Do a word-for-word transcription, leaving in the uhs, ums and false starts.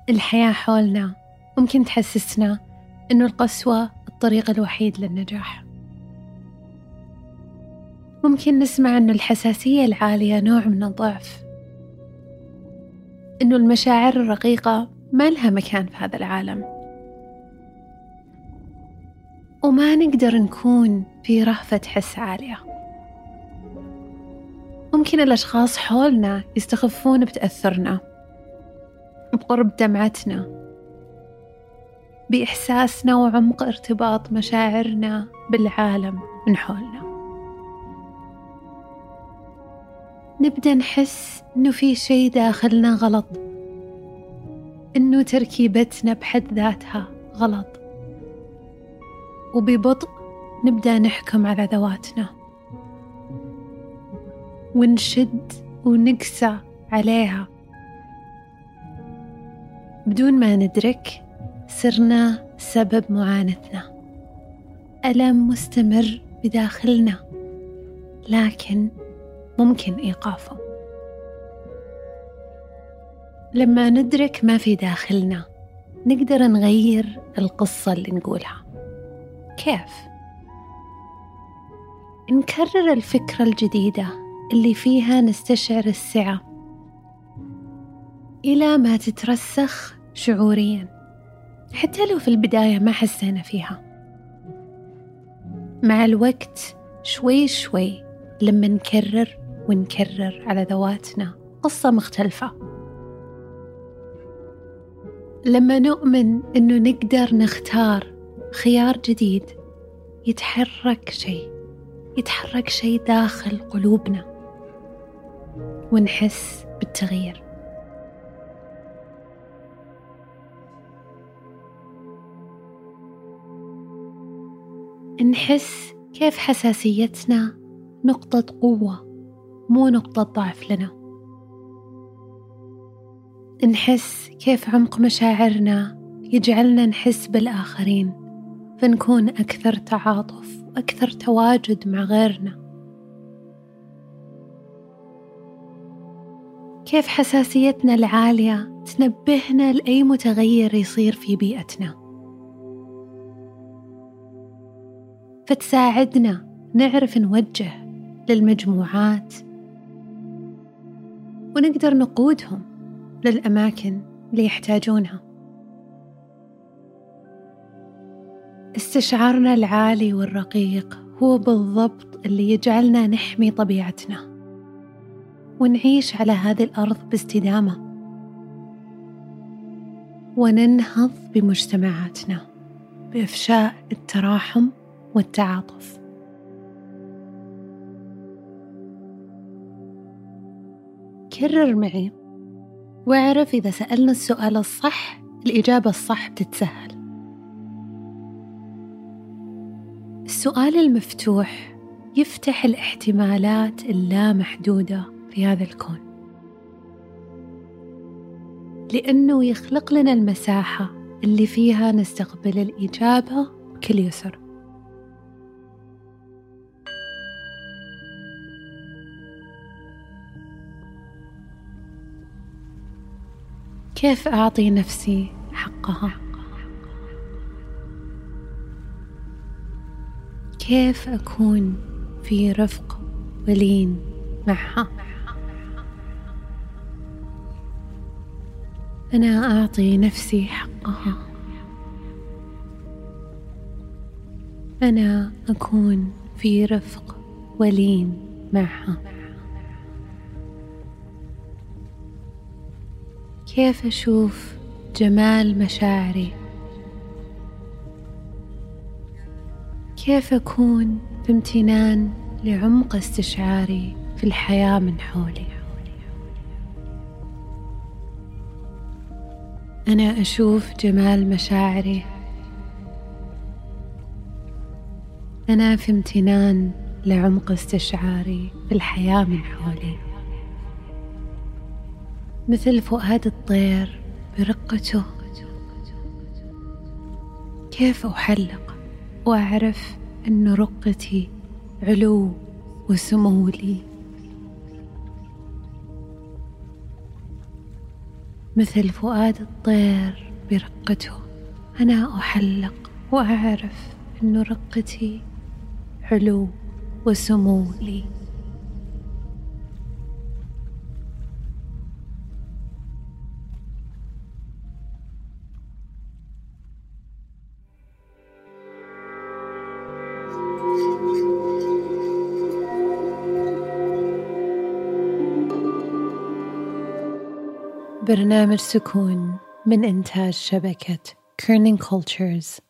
الحياة حولنا ممكن تحسسنا إنه القسوة الطريق الوحيد للنجاح. ممكن نسمع إنه الحساسية العالية نوع من الضعف، إنه المشاعر الرقيقة ما لها مكان في هذا العالم، وما نقدر نكون في رهفة حس عالية. ممكن الأشخاص حولنا يستخفون بتأثرنا، بقرب دمعتنا، بإحساسنا وعمق ارتباط مشاعرنا بالعالم من حولنا. نبدأ نحس إنه في شيء داخلنا غلط، إنه تركيبتنا بحد ذاتها غلط، وببطء نبدأ نحكم على ذواتنا ونشد ونقسى عليها بدون ما ندرك. صرنا سبب معاناتنا، ألم مستمر بداخلنا لكن ممكن إيقافه. لما ندرك ما في داخلنا نقدر نغير القصة اللي نقولها. كيف؟ نكرر الفكرة الجديدة اللي فيها نستشعر السعة إلى ما تترسخ شعوريا، حتى لو في البداية ما حسينا فيها. مع الوقت شوي شوي لما نكرر ونكرر على ذواتنا قصة مختلفة، لما نؤمن إنه نقدر نختار خيار جديد، يتحرك شيء يتحرك شيء داخل قلوبنا ونحس بالتغيير. نحس كيف حساسيتنا نقطة قوة مو نقطة ضعف لنا. نحس كيف عمق مشاعرنا يجعلنا نحس بالآخرين، فنكون أكثر تعاطف وأكثر تواجد مع غيرنا. كيف حساسيتنا العالية تنبهنا لأي متغير يصير في بيئتنا، فتساعدنا نعرف نوجه للمجموعات ونقدر نقودهم للأماكن اللي يحتاجونها. استشعارنا العالي والرقيق هو بالضبط اللي يجعلنا نحمي طبيعتنا ونعيش على هذه الأرض باستدامة، وننهض بمجتمعاتنا بإفشاء التراحم والتعاطف. كرر معي واعرف إذا سألنا السؤال الصح الإجابة الصح بتتسهل. السؤال المفتوح يفتح الاحتمالات اللامحدودة في هذا الكون، لأنه يخلق لنا المساحة اللي فيها نستقبل الإجابة بكل يسر. كيف أعطي نفسي حقها؟ كيف أكون في رفق ولين معها؟ أنا أعطي نفسي حقها. أنا أكون في رفق ولين معها. كيف أشوف جمال مشاعري؟ كيف أكون في امتنان لعمق استشعاري في الحياة من حولي؟ أنا أشوف جمال مشاعري. أنا في امتنان لعمق استشعاري في الحياة من حولي، مثل فؤاد الطير برقته. كيف أحلق وأعرف أن رقتي علو وسمو لي؟ مثل فؤاد الطير برقته. أنا أحلق وأعرف أن رقتي علو وسمو لي. برنامج سكون من إنتاج شبكة كيرنينج كولتشرز.